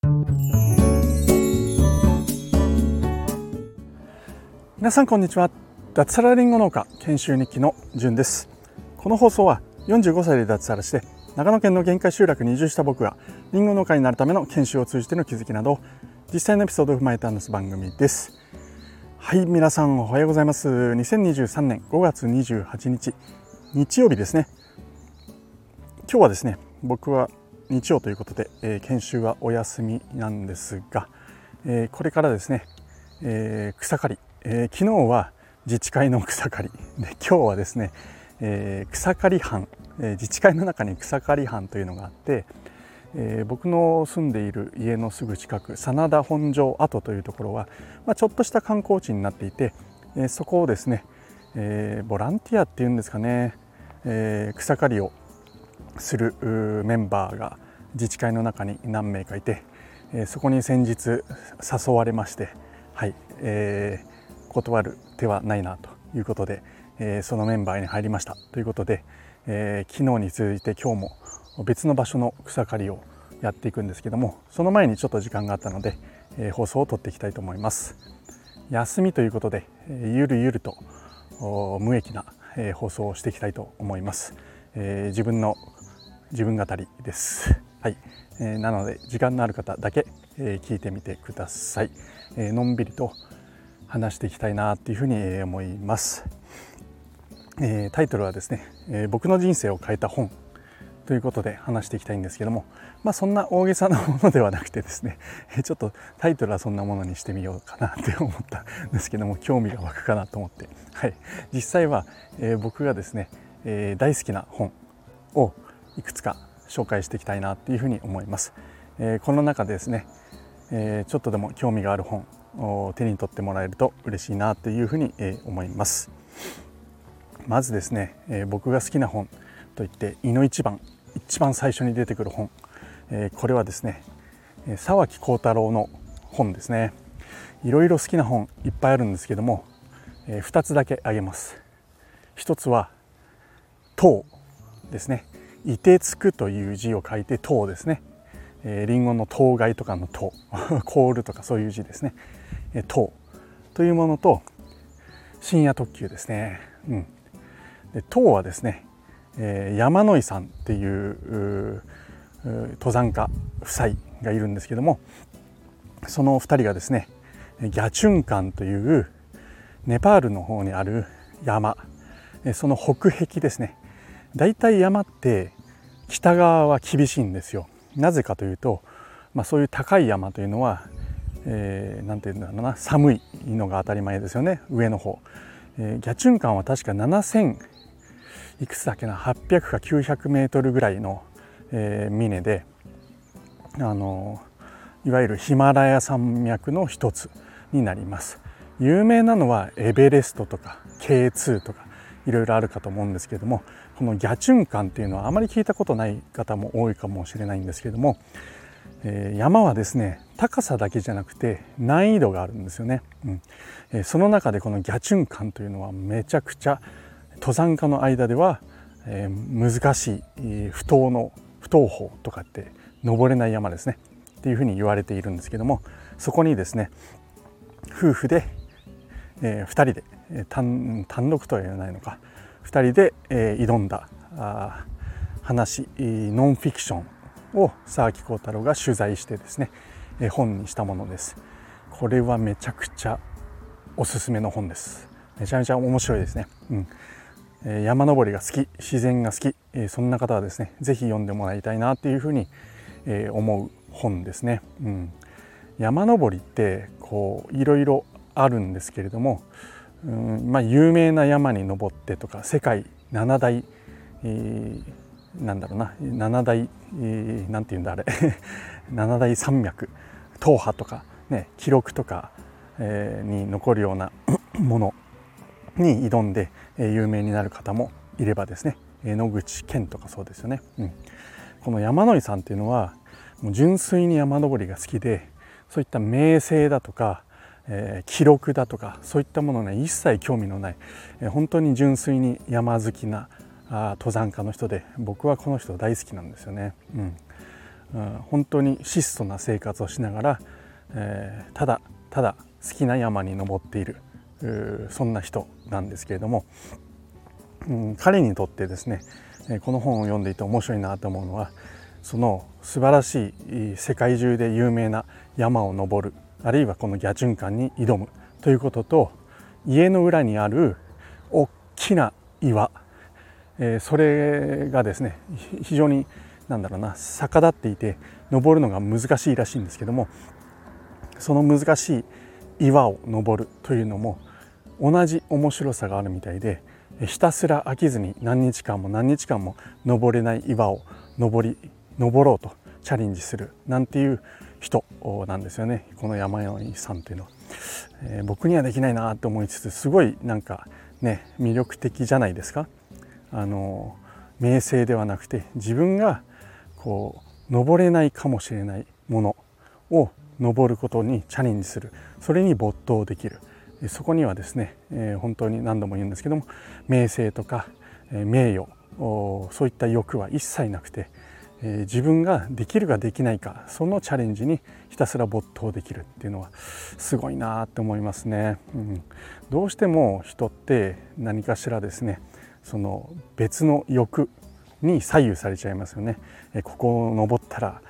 皆さんこんにちは。脱サラリンゴ農家研修日記のじゅんです。この放送は45歳で脱サラして長野県の限界集落に移住した僕がリンゴ農家になるための研修を通じての気づきなど実際のエピソードを踏まえて話す番組です。はい、皆さんおはようございます。2023年5月28日日曜日ですね。今日はですね、僕は日曜ということで、研修はお休みなんですが、これからですね、草刈り、昨日は自治会の草刈りで、今日はですね、草刈り班、自治会の中に草刈り班というのがあって、僕の住んでいる家のすぐ近く真田本庄跡というところは、ちょっとした観光地になっていて、そこをですね、ボランティアっていうんですかね、草刈りをするメンバーが自治会の中に何名かいて、そこに先日誘われまして、はい、断る手はないなということで、そのメンバーに入りましたということで、昨日に続いて今日も別の場所の草刈りをやっていくんですけども、その前にちょっと時間があったので、放送を撮っていきたいと思います。休みということで、ゆるゆると無益な放送をしていきたいと思います。自分語りです。はい、なので時間のある方だけ、聞いてみてください。のんびりと話していきたいなというふうに思います。タイトルはですね、僕の人生を変えた本ということで話していきたいんですけども、そんな大げさなものではなくてですね、ちょっとタイトルはそんなものにしてみようかなって思ったんですけども、興味が湧くかなと思って、はい、実際は、僕がですね、大好きな本をいくつか紹介していきたいなっていうふうに思います。この中でですね、ちょっとでも興味がある本を手に取ってもらえると嬉しいなというふうに思います。まずですね、僕が好きな本といって一番最初に出てくる本、これはですね、沢木耕太郎の本ですね。いろいろ好きな本いっぱいあるんですけども、2つだけ挙げます。一つは桃ですね。凍てつくという字を書いて桃ですね。リンゴの当該とかの桃凍るとかそういう字ですね。桃というものと深夜特急ですね。で桃はですね、山野井さんっていう登山家夫妻がいるんですけども、その2人がですね、ギャチュンカンというネパールの方にある山、その北壁ですね。だいたい山って北側は厳しいんですよ。なぜかというと、そういう高い山というのは、なんていうんだろうな、寒いのが当たり前ですよね、上の方。ギャチュンカンは確か7000いくつだっけな、800か900メートルぐらいの、峰で、いわゆるヒマラヤ山脈の一つになります。有名なのはエベレストとか K2 とかいろいろあるかと思うんですけれども、このギャチュンカンっていうのはあまり聞いたことない方も多いかもしれないんですけれども、山はですね、高さだけじゃなくて難易度があるんですよね。その中でこのギャチュンカンというのはめちゃくちゃ登山家の間では、難しい不登峰とかって登れない山ですねっていうふうに言われているんですけども、そこにですね、夫婦で、2人で単独とは言わないのか、2人で、挑んだ話、ノンフィクションを沢木耕太郎が取材してですね、本にしたものです。これはめちゃくちゃおすすめの本です。めちゃめちゃ面白いですね。山登りが好き、自然が好き、そんな方はですね、ぜひ読んでもらいたいなというふうに、思う本ですね。山登りってこういろいろあるんですけれども、有名な山に登ってとか、世界7大、なんていうんだあれ7大山脈踏破とかね、記録とか、に残るようなものに挑んで、有名になる方もいればですね、野口健とかそうですよね。この山野井さんっていうのはもう純粋に山登りが好きで、そういった名声だとか、記録だとかそういったものね、一切興味のない、本当に純粋に山好きな登山家の人で、僕はこの人大好きなんですよね。 本当に質素な生活をしながら、ただただ好きな山に登っているそんな人なんですけれども、彼にとってですねこの本を読んでいて面白いなと思うのは、その素晴らしい世界中で有名な山を登る、あるいはこのギャチュンカンに挑むということと、家の裏にある大きな岩、それがですね非常に逆立っていて登るのが難しいらしいんですけども、その難しい岩を登るというのも同じ面白さがあるみたいで、ひたすら飽きずに何日間も登れない岩を登ろうとチャレンジするなんていう人なんですよね、この山井さんというのは。僕にはできないなと思いつつ、すごい魅力的じゃないですか。名声ではなくて、自分が登れないかもしれないものを登ることにチャレンジする、それに没頭できる。そこにはですね、本当に何度も言うんですけども、名声とか名誉、そういった欲は一切なくて、自分ができるかできないか、そのチャレンジにひたすら没頭できるっていうのはすごいなって思いますね。どうしても人って何かしらですね、その別の欲に左右されちゃいますよね。ここを登ったら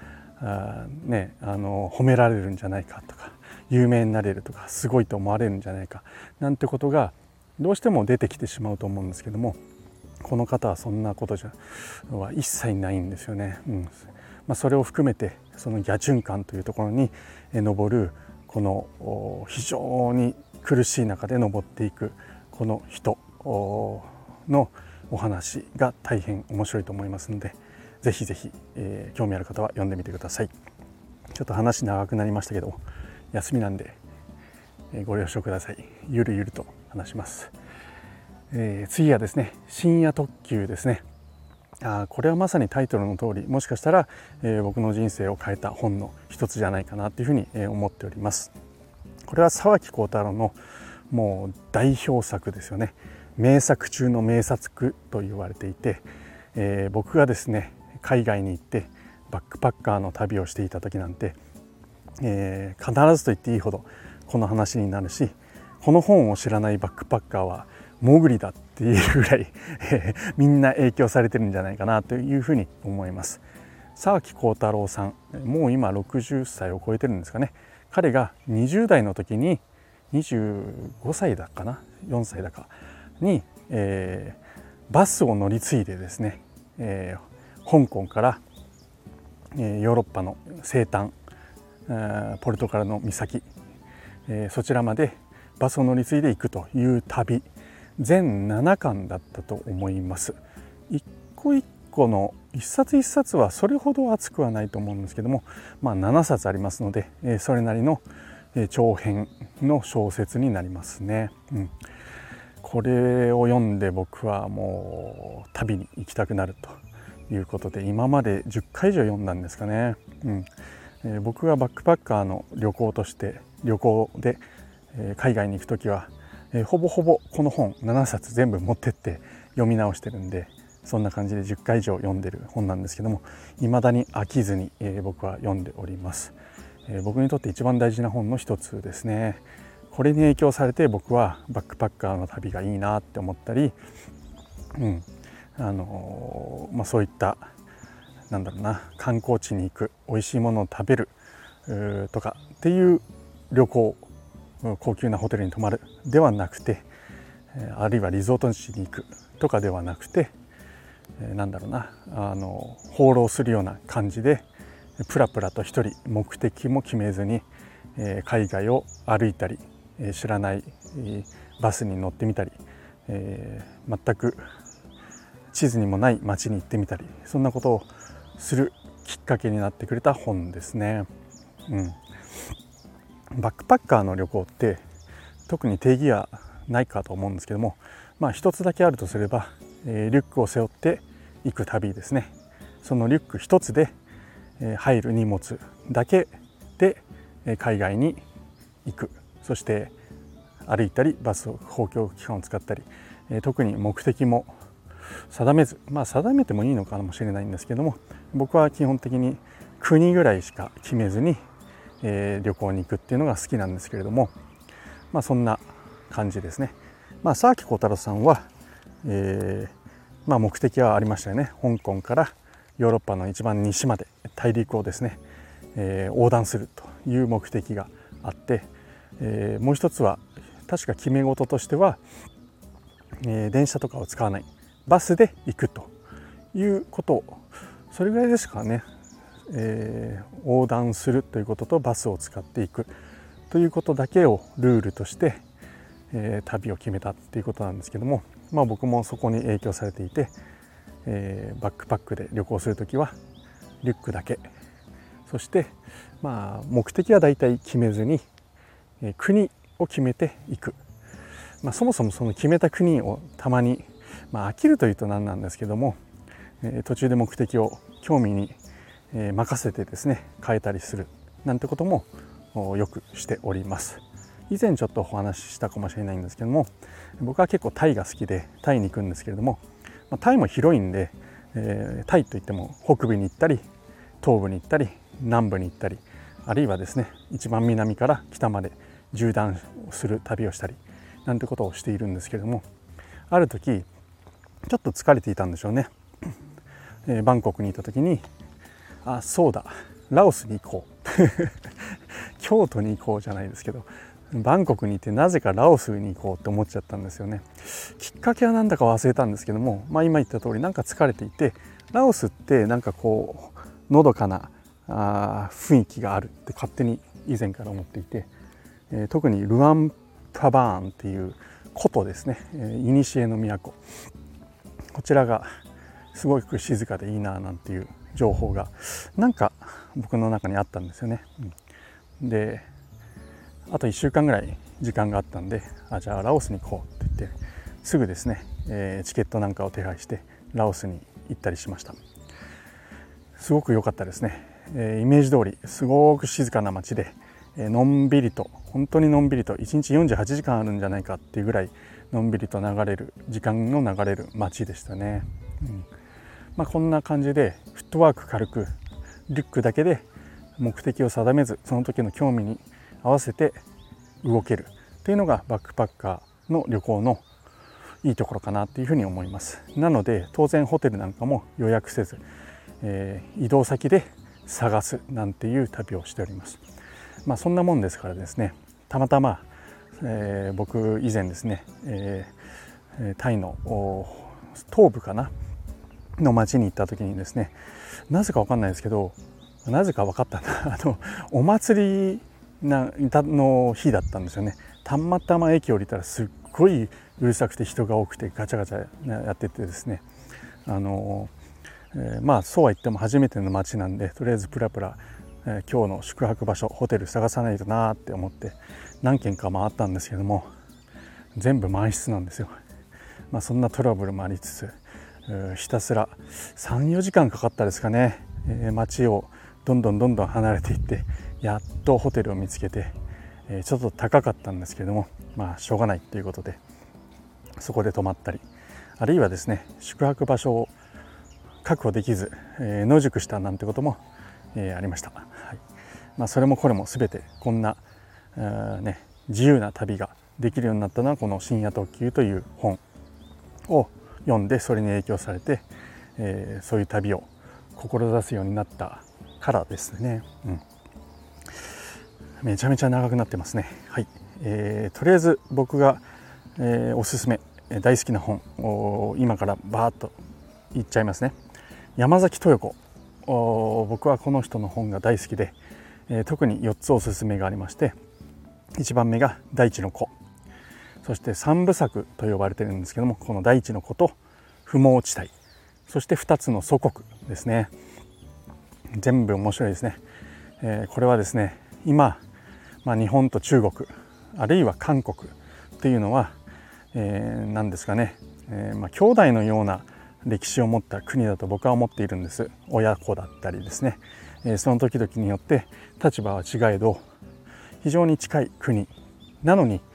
褒められるんじゃないかとか、有名になれるとか、すごいと思われるんじゃないかなんてことがどうしても出てきてしまうと思うんですけども、この方はそんなことは一切ないんですよね。それを含めてそのギャチュンカンというところに登る、この非常に苦しい中で登っていくこの人のお話が大変面白いと思いますので、ぜひぜひ、興味ある方は読んでみてください。ちょっと話長くなりましたけど、休みなんで、ご了承ください。ゆるゆると話します。次はですね、深夜特急ですね。これはまさにタイトルの通り、もしかしたら、僕の人生を変えた本の一つじゃないかなというふうに、思っております。これは沢木耕太郎のもう代表作ですよね。名作中の名作と言われていて、僕がですね海外に行ってバックパッカーの旅をしていた時なんて、必ずと言っていいほどこの話になるし、この本を知らないバックパッカーはモグリだっていうぐらいみんな影響されてるんじゃないかなというふうに思います。沢木耕太郎さん、もう今60歳を超えてるんですかね。彼が20代の時に25歳だかな4歳だかに、バスを乗り継いでですね、香港から、ヨーロッパの西端、ポルトガルの岬、そちらまでバスを乗り継いでいくという旅、全7巻だったと思います。一個一個の一冊一冊はそれほど厚くはないと思うんですけども、7冊ありますので、それなりの長編の小説になりますね。これを読んで僕はもう旅に行きたくなるということで、今まで10回以上読んだんですかね。僕がバックパッカーの旅行で海外に行くときは、ほぼほぼこの本7冊全部持ってって読み直してるんで、そんな感じで10回以上読んでる本なんですけども、未だに飽きずに、僕は読んでおります。僕にとって一番大事な本の一つですね。これに影響されて僕はバックパッカーの旅がいいなって思ったり、そういった観光地に行く、美味しいものを食べるとかっていう旅行、高級なホテルに泊まるではなくて、あるいはリゾート地に行くとかではなくて、放浪するような感じでプラプラと一人目的も決めずに海外を歩いたり、知らないバスに乗ってみたり、全く地図にもない街に行ってみたり、そんなことをするきっかけになってくれた本ですね。バックパッカーの旅行って特に定義はないかと思うんですけども、一つだけあるとすれば、リュックを背負って行く旅ですね。そのリュック一つで入る荷物だけで海外に行く、そして歩いたりバスを公共機関を使ったり、特に目的も定めず、定めてもいいのかもしれないんですけども、僕は基本的に国ぐらいしか決めずに、旅行に行くっていうのが好きなんですけれども、そんな感じですね。沢木耕太郎さんは、目的はありましたよね。香港からヨーロッパの一番西まで大陸をですね、横断するという目的があって、もう一つは確か決め事としては、電車とかを使わないバスで行くということを、それぐらいですかね。横断するということとバスを使っていくということだけをルールとして、旅を決めたっていうことなんですけども、僕もそこに影響されていて、バックパックで旅行するときはリュックだけ、そして目的はだいたい決めずに、国を決めていく。そもそもその決めた国をたまに、飽きるというと何なんですけども、途中で目的を興味に任せてですね変えたりするなんてこともよくしております。以前ちょっとお話ししたかもしれないんですけども、僕は結構タイが好きでタイに行くんですけれども、タイも広いんで、タイといっても北部に行ったり東部に行ったり南部に行ったり、あるいはですね一番南から北まで縦断する旅をしたりなんてことをしているんですけれども、ある時ちょっと疲れていたんでしょうね。バンコクにいた時に、そうだラオスに行こう京都に行こうじゃないですけど、バンコクに行ってなぜかラオスに行こうって思っちゃったんですよね。きっかけはなんだか忘れたんですけども、今言った通りなんか疲れていて、ラオスってなんかこうのどかな雰囲気があるって勝手に以前から思っていて、特にルアンプバーンっていう古都ですね、古の都、こちらがすごく静かでいいななんていう情報がなんか僕の中にあったんですよね。であと1週間ぐらい時間があったんで、じゃあラオスに行こうって言ってすぐですね、チケットなんかを手配してラオスに行ったりしました。すごく良かったですね。イメージ通りすごく静かな街で、のんびりと、本当にのんびりと1日48時間あるんじゃないかっていうぐらいのんびりと流れる時間の流れる街でしたね。こんな感じでフットワーク軽くリュックだけで目的を定めず、その時の興味に合わせて動けるというのがバックパッカーの旅行のいいところかなというふうに思います。なので当然ホテルなんかも予約せず、移動先で探すなんていう旅をしております。そんなもんですからですね、たまたま、僕以前ですね、タイの東部かなの町に行った時にですね、なぜか分かんないですけど、なぜか分かったなお祭りの日だったんですよね。たまたま駅降りたらすっごいうるさくて人が多くてガチャガチャやっててですね、そうは言っても初めての街なんで、とりあえずプラプラ、今日の宿泊場所ホテル探さないとなって思って何軒か回ったんですけども、全部満室なんですよ。そんなトラブルもありつつ、ひたすら 3,4 時間かかったですかね、街をどんどん離れていってやっとホテルを見つけて、ちょっと高かったんですけれども、しょうがないということでそこで泊まったり、あるいはですね宿泊場所を確保できず、野宿したなんてことも、ありました。それもこれも全てこんな、自由な旅ができるようになったのはこの深夜特急という本を読んで、それに影響されて、そういう旅を志すようになったからですね。めちゃめちゃ長くなってますね。とりあえず僕が、おすすめ大好きな本を今からバーッと言っちゃいますね。山崎豊子、僕はこの人の本が大好きで、特に4つおすすめがありまして、1番目が大地の子、そして3部作と呼ばれているんですけども、この大地の子と不毛地帯、そして2つの祖国ですね。全部面白いですね。これはですね今、日本と中国あるいは韓国っていうのは、何ですかね、兄弟のような歴史を持った国だと僕は思っているんです。親子だったりですね、その時々によって立場は違えど非常に近い国なのに、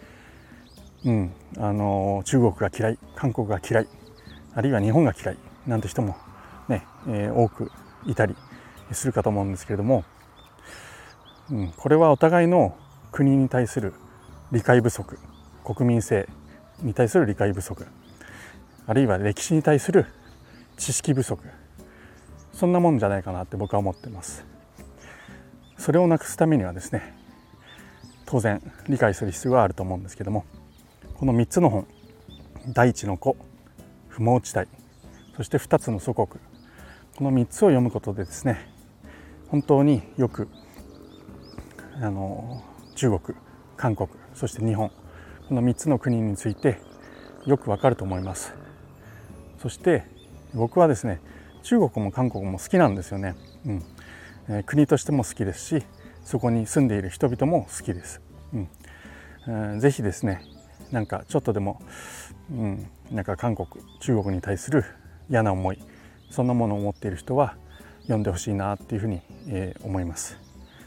中国が嫌い、韓国が嫌い、あるいは日本が嫌いなんて人もね、多くいたりするかと思うんですけれども、これはお互いの国に対する理解不足、国民性に対する理解不足、あるいは歴史に対する知識不足、そんなもんじゃないかなって僕は思っています。それをなくすためにはですね、当然理解する必要があると思うんですけども、この3つの本、大地の子、不毛地帯、そして2つの祖国、この3つを読むことでですね、本当によく中国、韓国、そして日本、この3つの国についてよくわかると思います。そして僕はですね、中国も韓国も好きなんですよね。国としても好きですし、そこに住んでいる人々も好きです。ぜひですね、なんかちょっとでも、なんか韓国、中国に対する嫌な思い、そんなものを持っている人は読んでほしいなっていうふうに、思います。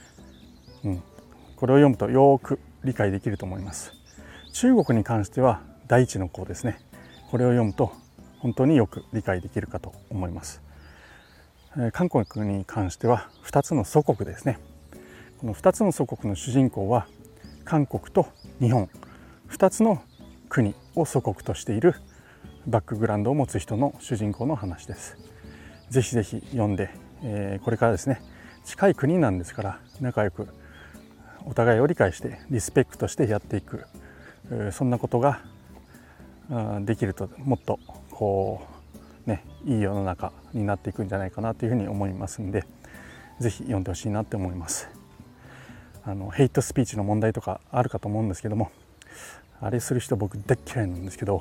これを読むとよく理解できると思います。中国に関しては大地の子ですね。これを読むと本当によく理解できるかと思います。韓国に関しては2つの祖国ですね。この2つの祖国の主人公は韓国と日本、2つの国を祖国としているバックグラウンドを持つ人の主人公の話です。ぜひぜひ読んで、これからですね、近い国なんですから仲良くお互いを理解してリスペクトしてやっていく、そんなことができるともっといい世の中になっていくんじゃないかなというふうに思いますので、ぜひ読んでほしいなって思います。ヘイトスピーチの問題とかあるかと思うんですけども、あれする人僕大嫌いなんですけど、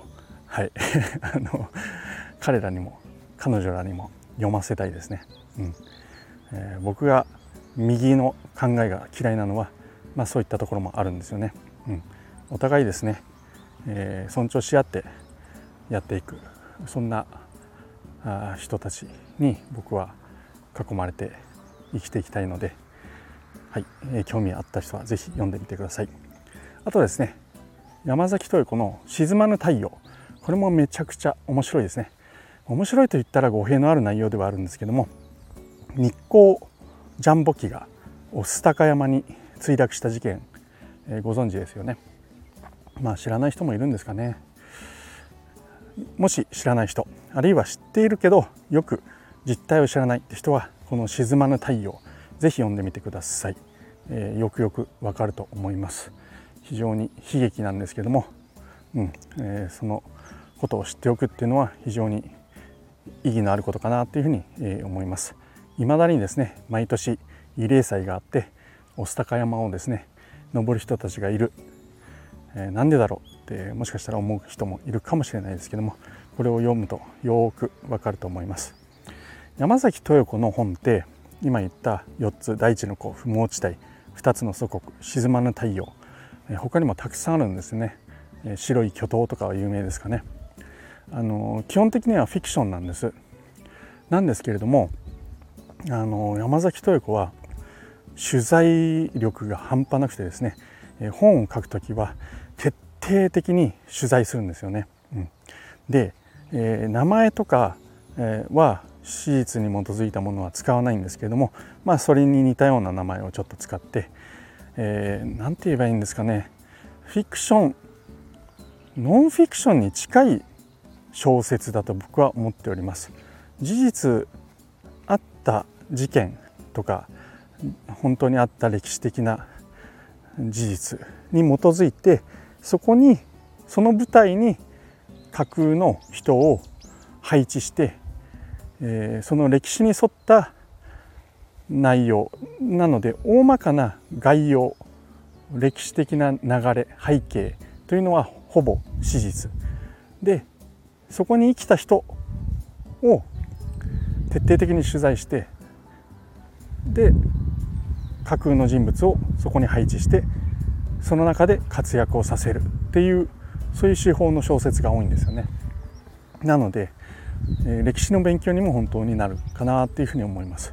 彼らにも彼女らにも読ませたいですね。僕が右の考えが嫌いなのは、そういったところもあるんですよね。お互いですね、尊重し合ってやっていく、そんな人たちに僕は囲まれて生きていきたいので、興味あった人はぜひ読んでみてください。あとですね、山崎豊子の沈まぬ太陽、これもめちゃくちゃ面白いですね。面白いと言ったら語弊のある内容ではあるんですけども、日航ジャンボ機が御巣鷹山に墜落した事件、ご存知ですよね。知らない人もいるんですかね。もし知らない人、あるいは知っているけどよく実態を知らないって人は、この沈まぬ太陽ぜひ読んでみてください。よくよくわかると思います。非常に悲劇なんですけども、そのことを知っておくっていうのは非常に意義のあることかなというふうに思います。未だにですね、毎年慰霊祭があって御巣鷹山をですね登る人たちがいる。なんでだろうってもしかしたら思う人もいるかもしれないですけども、これを読むとよくわかると思います。山崎豊子の本って今言った4つ、大地の子、不毛地帯、2つの祖国、沈まぬ太陽、他にもたくさんあるんですね。白い巨塔とかは有名ですかね。基本的にはフィクションなんですけれども、山崎豊子は取材力が半端なくてですね、本を書くときは徹底的に取材するんですよね。で、名前とかは史実に基づいたものは使わないんですけれども、それに似たような名前をちょっと使って、なんて言えばいいんですかね、フィクション、ノンフィクションに近い小説だと僕は思っております。事実あった事件とか、本当にあった歴史的な事実に基づいて、その舞台に架空の人を配置して、その歴史に沿った内容なので、大まかな概要、歴史的な流れ、背景というのはほぼ史実で、そこに生きた人を徹底的に取材して、で架空の人物をそこに配置して、その中で活躍をさせるっていう、そういう手法の小説が多いんですよね。なので、歴史の勉強にも本当になるかなっていうふうに思います。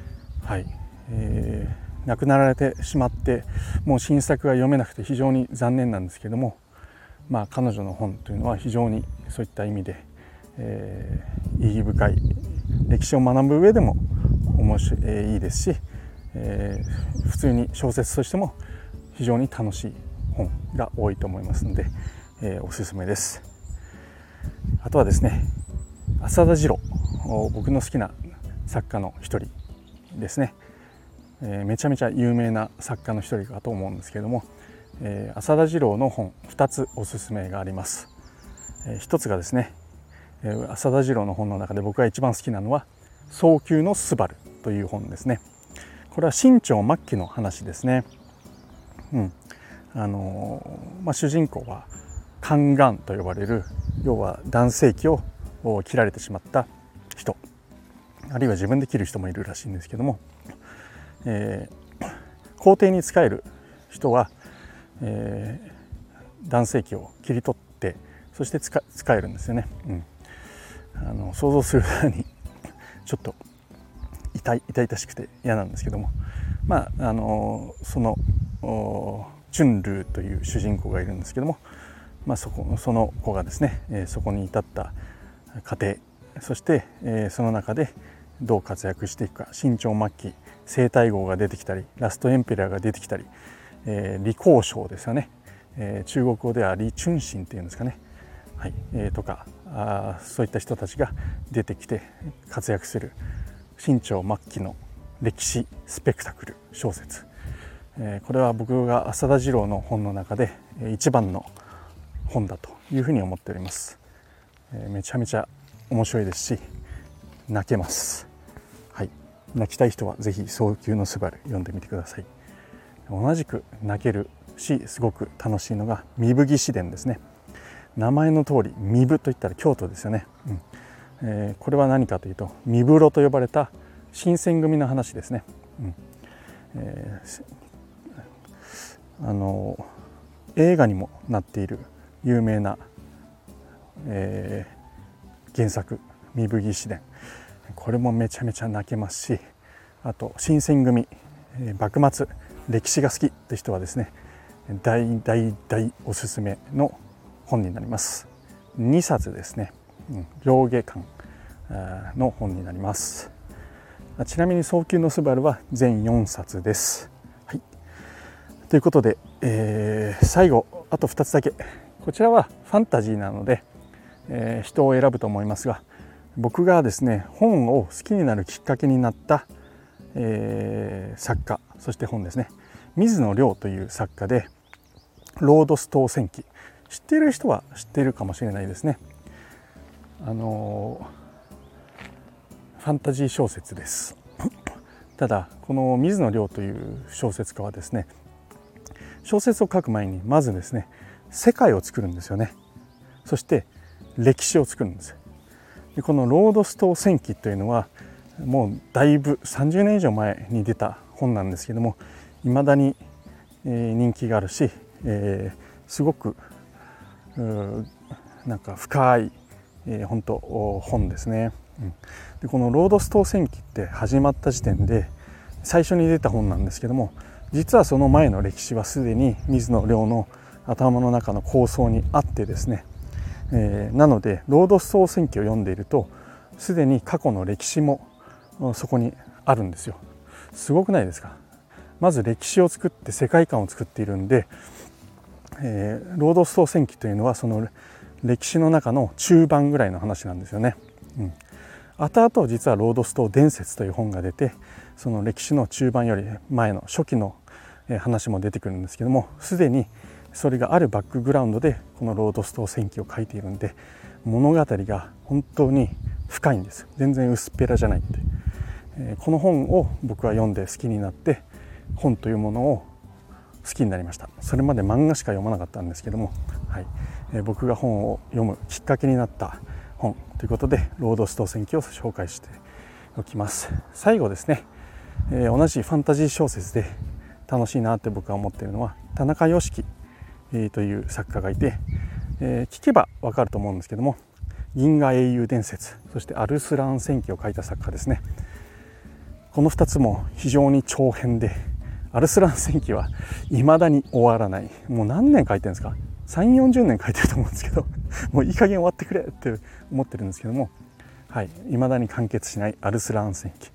亡くなられてしまって、もう新作が読めなくて非常に残念なんですけども、彼女の本というのは非常にそういった意味で、意義深い、歴史を学ぶ上でも面いいですし、普通に小説としても非常に楽しい本が多いと思いますので、おすすめです。あとはですね、浅田次郎、僕の好きな作家の一人ですね。めちゃめちゃ有名な作家の一人かと思うんですけれども、浅田次郎の本2つおすすめがあります。一つがですね、浅田次郎の本の中で僕が一番好きなのは早急のスバルという本ですね。これは清朝末期の話ですね。主人公は宦官と呼ばれる、要は男性器を切られてしまった人、あるいは自分で切る人もいるらしいんですけども、皇帝に仕える人は、男性器を切り取ってそして使えるんですよね。想像するにちょっと痛々しくて嫌なんですけども、そのチュンルーという主人公がいるんですけども、その子がですね、そこに至った過程、そして、その中でどう活躍していくか、清朝末期西太后が出てきたり、ラストエンペラーが出てきたり、李光章ですよね、中国語では李春心っていうんですかね、とかそういった人たちが出てきて活躍する清朝末期の歴史スペクタクル小説、これは僕が浅田次郎の本の中で一番の本だというふうに思っております。めちゃめちゃ面白いですし泣けます。泣きたい人はぜひ早急のスバル読んでみてください。同じく泣けるしすごく楽しいのが壬生義士伝ですね。名前の通り壬生といったら京都ですよね。これは何かというと壬生呂と呼ばれた新選組の話ですね。映画にもなっている有名な、原作壬生義士伝、これもめちゃめちゃ泣けますし、あと新選組、幕末歴史が好きって人はですね、大おすすめの本になります。2冊ですね、上下巻の本になります。ちなみに早急のスバルは全4冊です。ということで、最後あと2つだけ。こちらはファンタジーなので、人を選ぶと思いますが、僕がですね本を好きになるきっかけになった、作家、そして本ですね。水野良という作家でロードストー戦記、知っている人は知っているかもしれないですね。ファンタジー小説です。ただこの水野良という小説家はですね、小説を書く前にまずですね世界を作るんですよね。そして歴史を作るんです。でこのロードストー戦記というのはもうだいぶ30年以上前に出た本なんですけども、未だに人気があるし、すごくなんか深い本ですね。でこのロードストー戦記って始まった時点で最初に出た本なんですけども、実はその前の歴史はすでに水野良の頭の中の構想にあってですね、なのでロードストー戦記を読んでいるとすでに過去の歴史もそこにあるんですよ。すごくないですか。まず歴史を作って世界観を作っているんで、ロードストー戦記というのはその歴史の中の中盤ぐらいの話なんですよね。後々実はロードストー伝説という本が出て、その歴史の中盤より前の初期の話も出てくるんですけども、すでにそれがあるバックグラウンドでこのロードストー戦記を書いているんで、物語が本当に深いんです。全然薄っぺらじゃないって、この本を僕は読んで好きになって、本というものを好きになりました。それまで漫画しか読まなかったんですけども、僕が本を読むきっかけになった本ということでロードストー戦記を紹介しておきます。最後ですね、同じファンタジー小説で楽しいなって僕は思っているのは田中良樹という作家がいて、聞けばわかると思うんですけども、銀河英雄伝説、そしてアルスラン戦記を書いた作家ですね。この2つも非常に長編で、アルスラン戦記は未だに終わらない。もう何年書いてるんですか、3、40年書いてると思うんですけどもういい加減終わってくれって思ってるんですけども、未だに完結しないアルスラン戦記。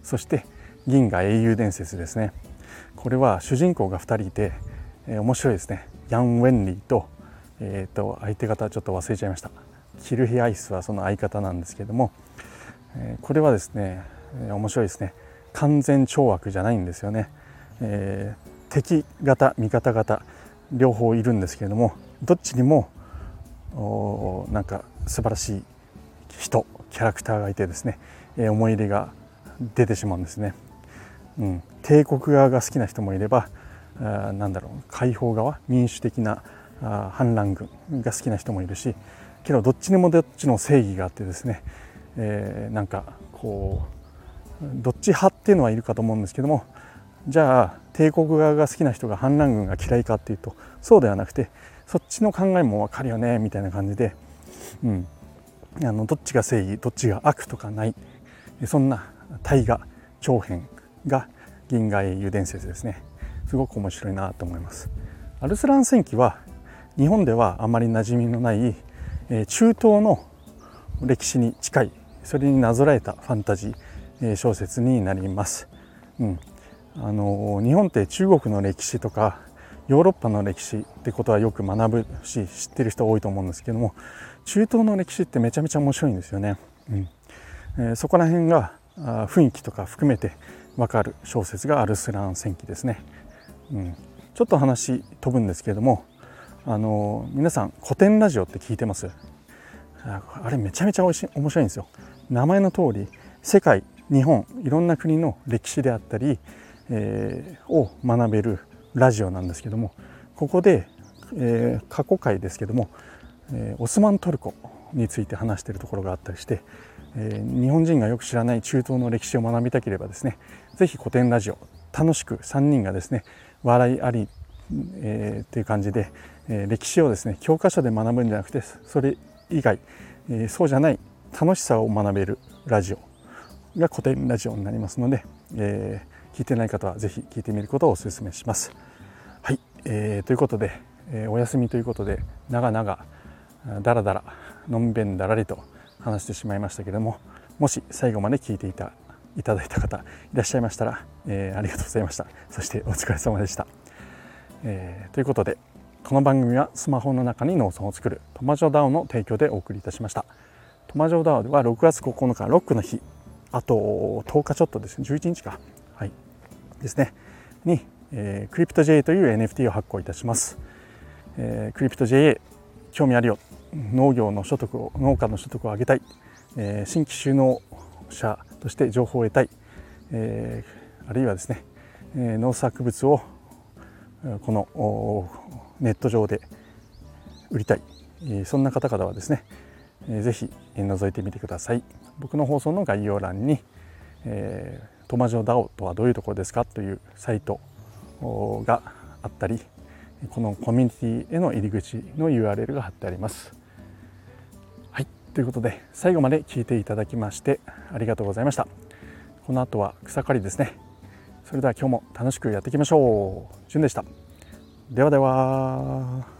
そして銀河英雄伝説ですね。これは主人公が2人いて、面白いですね。ヤン・ウェンリーと、相手方ちょっと忘れちゃいました。キルヒアイスはその相方なんですけども、これはですね、面白いですね。完全懲悪じゃないんですよね。敵方味方方両方いるんですけれども、どっちにもなんか素晴らしい人キャラクターがいてですね、思い入れが出てしまうんですね。帝国側が好きな人もいれば、解放側民主的な反乱軍が好きな人もいるし、けどどっちにもどっちの正義があってですね、なんかこうどっち派っていうのはいるかと思うんですけども、じゃあ帝国側が好きな人が反乱軍が嫌いかっていうとそうではなくて、そっちの考えも分かるよねみたいな感じで、どっちが正義どっちが悪とかない、そんな大河長編が銀河英雄伝説ですね。すごく面白いなと思います。アルスラン戦記は日本ではあまり馴染みのない、中東の歴史に近い、それになぞらえたファンタジー、小説になります。日本って中国の歴史とかヨーロッパの歴史ってことはよく学ぶし知ってる人多いと思うんですけども、中東の歴史ってめちゃめちゃ面白いんですよね。そこら辺が雰囲気とか含めて分かる小説がアルスラン戦記ですね。ちょっと話飛ぶんですけれども、皆さん古典ラジオって聞いてます？あれめちゃめちゃ面白いんですよ。名前の通り世界日本いろんな国の歴史であったり、を学べるラジオなんですけども、ここで、過去回ですけども、オスマントルコについて話しているところがあったりして、日本人がよく知らない中東の歴史を学びたければですね、ぜひ古典ラジオ楽しく3人がですね笑いあり、っていう感じで、歴史をですね教科書で学ぶんじゃなくて、それ以外、そうじゃない楽しさを学べるラジオが古典ラジオになりますので、聞いてない方はぜひ聞いてみることをお勧めします。はい、ということで、お休みということで長々だらだらのんべんだらりと話してしまいましたけれども、もし最後まで聞いていただいた方いらっしゃいましたら、ありがとうございました。そしてお疲れ様でした。ということでこの番組はスマホの中に農村を作るトマジョダオの提供でお送りいたしました。トマジョダオでは6月9日ロックの日、あと10日ちょっとですね、11日か、はいですねに、クリプト JA という NFT を発行いたします。クリプト JA 興味あるよ、農家の所得を上げたい、新規就農者として情報を得たい、あるいはですね、農作物をこのネット上で売りたい、そんな方々はですね、ぜひ覗いてみてください。僕の放送の概要欄に、トマジョダオとはどういうところですかというサイトがあったり、このコミュニティへの入り口の URL が貼ってあります。はい、ということで最後まで聞いていただきましてありがとうございました。この後は草刈りですね。それでは今日も楽しくやっていきましょう。じゅんでした。ではでは。